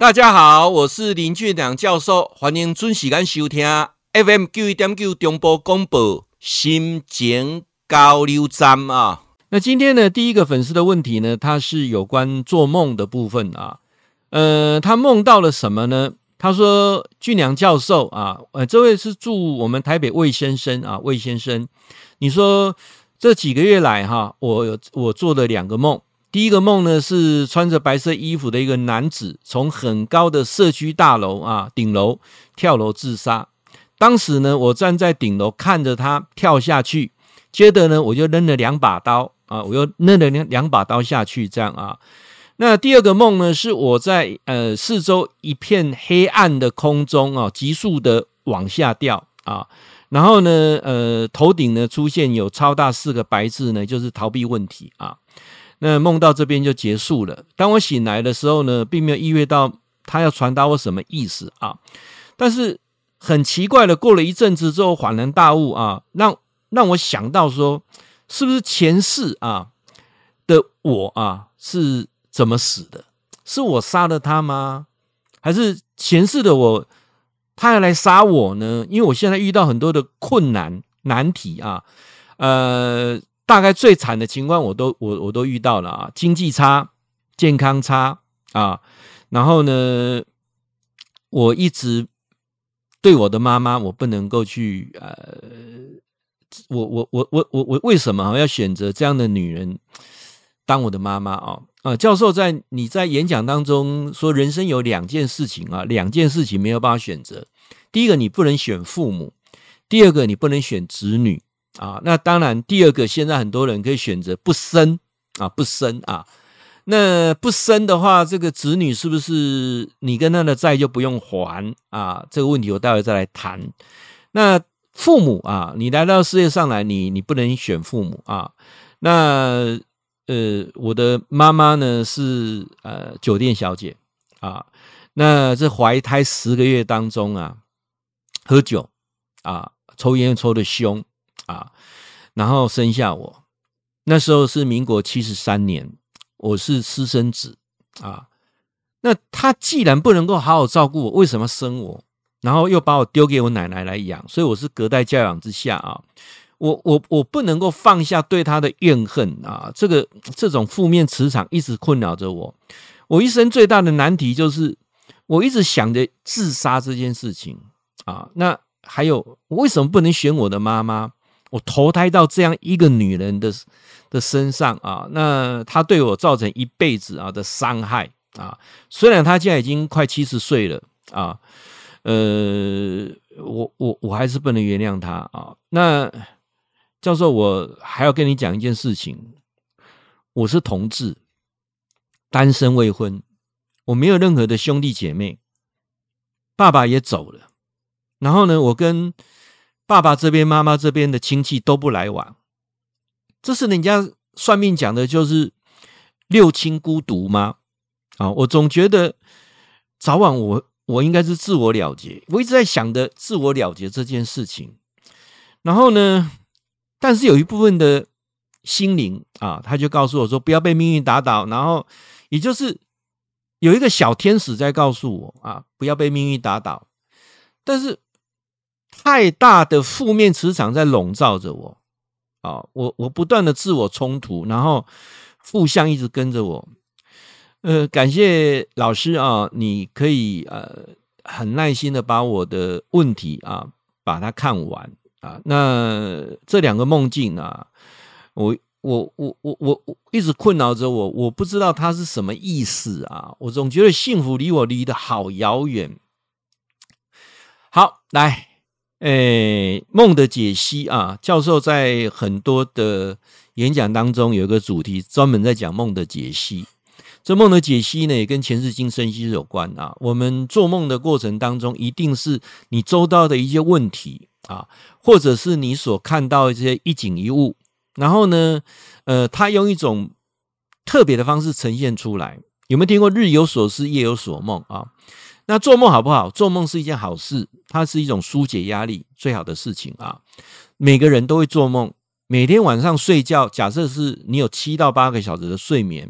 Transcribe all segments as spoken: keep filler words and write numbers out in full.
大家好，我是林俊良教授，欢迎准时间收听 F M 九一点九 中波广播心情交流站啊。那今天呢，第一个粉丝的问题呢，他是有关做梦的部分啊。呃，他梦到了什么呢？他说：“俊良教授啊，呃，这位是住我们台北魏先生啊，魏先生，你说这几个月来哈，我有我做了两个梦。”第一个梦呢，是穿着白色衣服的一个男子从很高的社区大楼啊顶楼跳楼自杀。当时呢，我站在顶楼看着他跳下去，接着呢，我就扔了两把刀啊，我又扔了两把刀下去，这样啊。那第二个梦呢，是我在呃四周一片黑暗的空中啊，急速的往下掉啊。然后呢，呃，头顶呢出现有超大四个白字呢，就是逃避问题啊。那梦到这边就结束了。当我醒来的时候呢，并没有意会到他要传达我什么意思啊。但是很奇怪的，过了一阵子之后，恍然大悟啊，让让我想到说，是不是前世啊的我啊是怎么死的？是我杀了他吗？还是前世的我他要来杀我呢？因为我现在遇到很多的困难难题啊，呃。大概最惨的情况我都我我都遇到了啊，经济差，健康差啊，然后呢，我一直对我的妈妈，我不能够去呃，我我我我我我为什么要选择这样的女人当我的妈妈啊？啊，教授在你在演讲当中说，人生有两件事情啊，两件事情没有办法选择。第一个，你不能选父母；第二个，你不能选子女。啊，那当然，第二个现在很多人可以选择不生啊，不生啊。那不生的话，这个子女是不是你跟他的债就不用还啊？这个问题我待会再来谈。那父母啊，你来到世界上来，你你不能选父母啊。那呃，我的妈妈呢是呃酒店小姐啊。那这怀胎十个月当中啊，喝酒啊，抽烟抽得凶。啊，然后生下我，那时候是民国七十三年，我是私生子啊。那他既然不能够好好照顾我，为什么生我？然后又把我丢给我奶奶来养，所以我是隔代教养之下啊，我我我不能够放下对他的怨恨啊，这个这种负面磁场一直困扰着我。我一生最大的难题就是，我一直想着自杀这件事情啊。那还有，我为什么不能选我的妈妈？我投胎到这样一个女人的的身上啊，那她对我造成一辈子啊的伤害啊。虽然她现在已经快七十岁了啊，呃，我我我还是不能原谅她啊。那教授，我还要跟你讲一件事情，我是同志，单身未婚，我没有任何的兄弟姐妹，爸爸也走了，然后呢，我跟爸爸这边妈妈这边的亲戚都不来往，这是人家算命讲的就是六亲孤独吗？啊，我总觉得早晚我我应该是自我了结，我一直在想的自我了结这件事情。然后呢，但是有一部分的心灵啊，他就告诉我说不要被命运打倒，然后也就是有一个小天使在告诉我啊，不要被命运打倒，但是太大的负面磁场在笼罩着我啊！我我不断的自我冲突，然后负向一直跟着我。呃，感谢老师啊，你可以呃很耐心的把我的问题啊把它看完啊。那这两个梦境啊，我我我我我我一直困扰着我，我不知道它是什么意思啊！我总觉得幸福离我离得好遥远。好，来。诶，梦的解析啊，教授在很多的演讲当中有一个主题，专门在讲梦的解析。这梦的解析呢，也跟前世今生息有关啊。我们做梦的过程当中，一定是你周遭的一些问题啊，或者是你所看到的这些一景一物，然后呢，呃，他用一种特别的方式呈现出来。有没有听过日有所思，夜有所梦啊？那做梦好不好？做梦是一件好事，它是一种疏解压力最好的事情啊。每个人都会做梦，每天晚上睡觉，假设是你有七到八个小时的睡眠，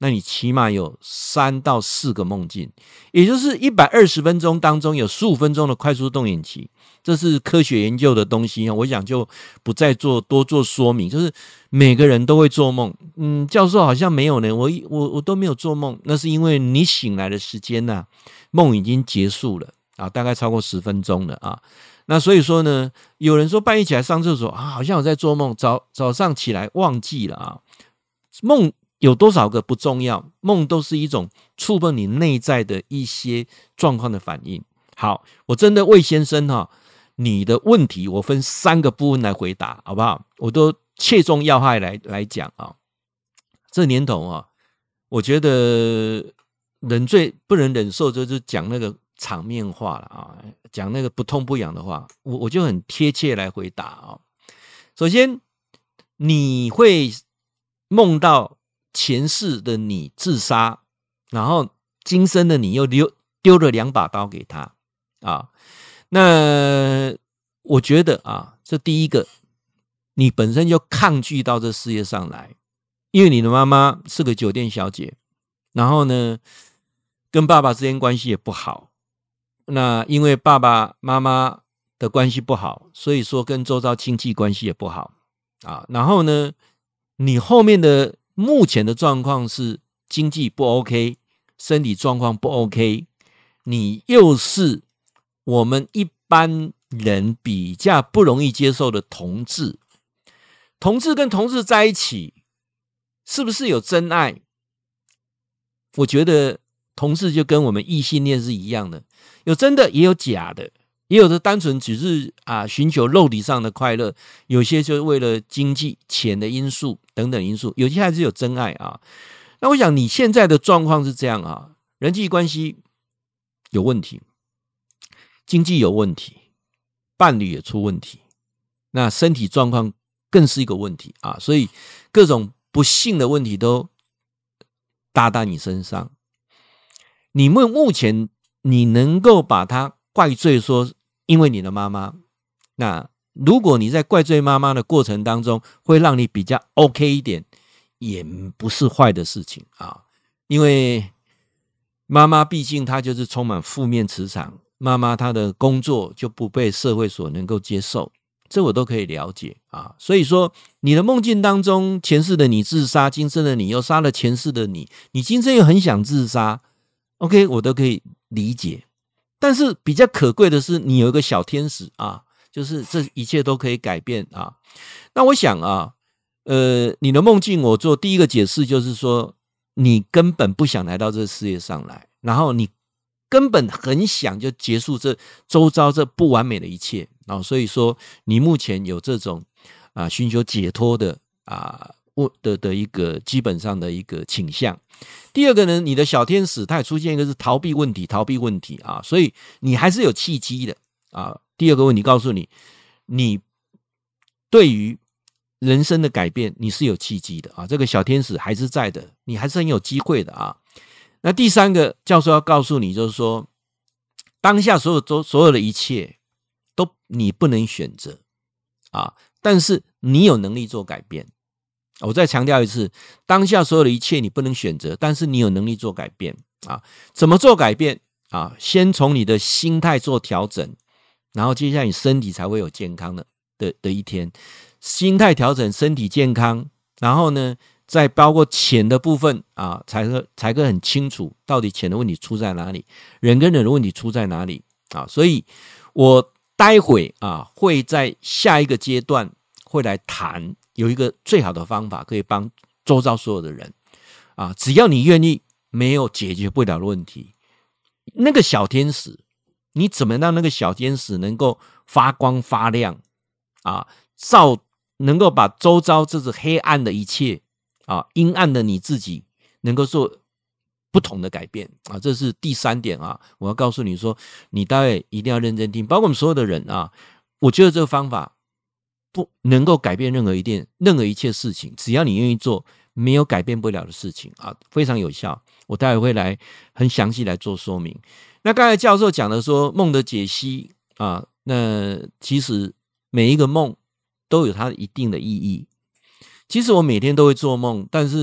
那你起码有三到四个梦境，也就是一百二十分钟当中有十五分钟的快速动眼期，这是科学研究的东西，我想就不再做多做说明。就是每个人都会做梦，嗯，教授好像没有呢，我我我都没有做梦，那是因为你醒来的时间呢、啊，梦已经结束了啊，大概超过十分钟了啊。那所以说呢，有人说半夜起来上厕所啊，好像我在做梦，早早上起来忘记了啊。梦有多少个不重要，梦都是一种触碰你内在的一些状况的反应。好，我真的魏先生哈、啊，你的问题我分三个部分来回答，好不好？我都切中要害来来讲啊。这年头啊，我觉得人最不能忍受就是讲那个场面话了啊，讲那个不痛不痒的话，我我就很贴切来回答啊。首先，你会梦到前世的你自杀，然后今生的你又丢丢了两把刀给他啊。那我觉得啊，这第一个，你本身就抗拒到这世界上来，因为你的妈妈是个酒店小姐，然后呢，跟爸爸之间关系也不好。那因为爸爸妈妈的关系不好，所以说跟周遭亲戚关系也不好啊。然后呢，你后面的目前的状况是经济不 OK， 身体状况不 OK， 你又是我们一般人比较不容易接受的同志，同志跟同志在一起，是不是有真爱？我觉得同志就跟我们异性恋是一样的，有真的也有假的，也有的单纯只是啊寻求肉体上的快乐，有些就是为了经济钱的因素等等因素，有些还是有真爱啊。那我想你现在的状况是这样啊，人际关系有问题，经济有问题，伴侣也出问题，那身体状况更是一个问题啊，所以各种不幸的问题都搭在你身上。你们目前你能够把它怪罪说因为你的妈妈，那如果你在怪罪妈妈的过程当中会让你比较 OK 一点，也不是坏的事情啊。因为妈妈毕竟她就是充满负面磁场，妈妈她的工作就不被社会所能够接受，这我都可以了解啊。所以说你的梦境当中，前世的你自杀，今生的你又杀了前世的你，你今生又很想自杀， OK， 我都可以理解。但是比较可贵的是你有一个小天使啊，就是这一切都可以改变啊。那我想啊，呃，你的梦境我做第一个解释就是说，你根本不想来到这个世界上来，然后你根本很想就结束这周遭这不完美的一切啊，所以说你目前有这种啊寻求解脱的啊的的一个基本上的一个倾向。第二个呢，你的小天使它也出现一个是逃避问题，逃避问题啊，所以你还是有契机的啊。第二个问题告诉你，你对于人生的改变你是有契机的啊，这个小天使还是在的，你还是很有机会的啊。那第三个教授要告诉你就是说，当下所有所有的一切都你不能选择啊，但是你有能力做改变。我再强调一次，当下所有的一切你不能选择，但是你有能力做改变啊。怎么做改变啊？先从你的心态做调整，然后接下来你身体才会有健康的的的一天。心态调整，身体健康，然后呢，再包括钱的部分啊，才会才会很清楚到底钱的问题出在哪里，人跟人的问题出在哪里啊。所以我待会啊会在下一个阶段会来谈。有一个最好的方法可以帮周遭所有的人啊，只要你愿意，没有解决不了的问题。那个小天使，你怎么让那个小天使能够发光发亮啊，照能够把周遭这是黑暗的一切啊，阴暗的你自己能够做不同的改变啊，这是第三点啊。我要告诉你说，你待会一定要认真听，包括我们所有的人啊，我觉得这个方法不能够改变任何一件任何一切事情，只要你愿意做，没有改变不了的事情啊，非常有效。我待会会来很详细来做说明。那刚才教授讲的说梦的解析啊，那其实每一个梦都有它一定的意义。其实我每天都会做梦，但是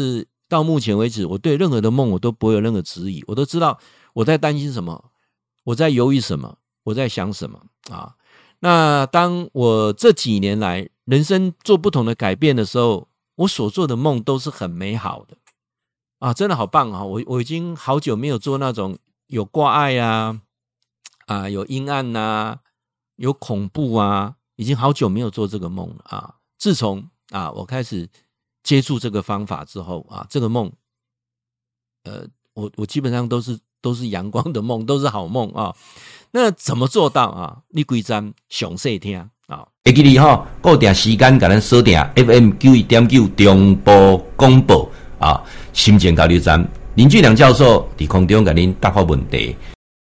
到目前为止，我对任何的梦我都不会有任何质疑，我都知道我在担心什么，我在犹豫什么，我在想什么啊。那当我这几年来人生做不同的改变的时候，我所做的梦都是很美好的啊，真的好棒啊！我我已经好久没有做那种有挂碍啊，啊有阴暗啊，有恐怖啊，已经好久没有做这个梦了啊。自从啊我开始接触这个方法之后啊，这个梦，呃，我我基本上都是都是阳光的梦，都是好梦啊。那怎么做到啊？你规站详细听啊。 会记你吼，固定时间甲咱锁定 F M 九一点九中波广播啊，心情交流站林俊良教授伫空中甲您答复问题。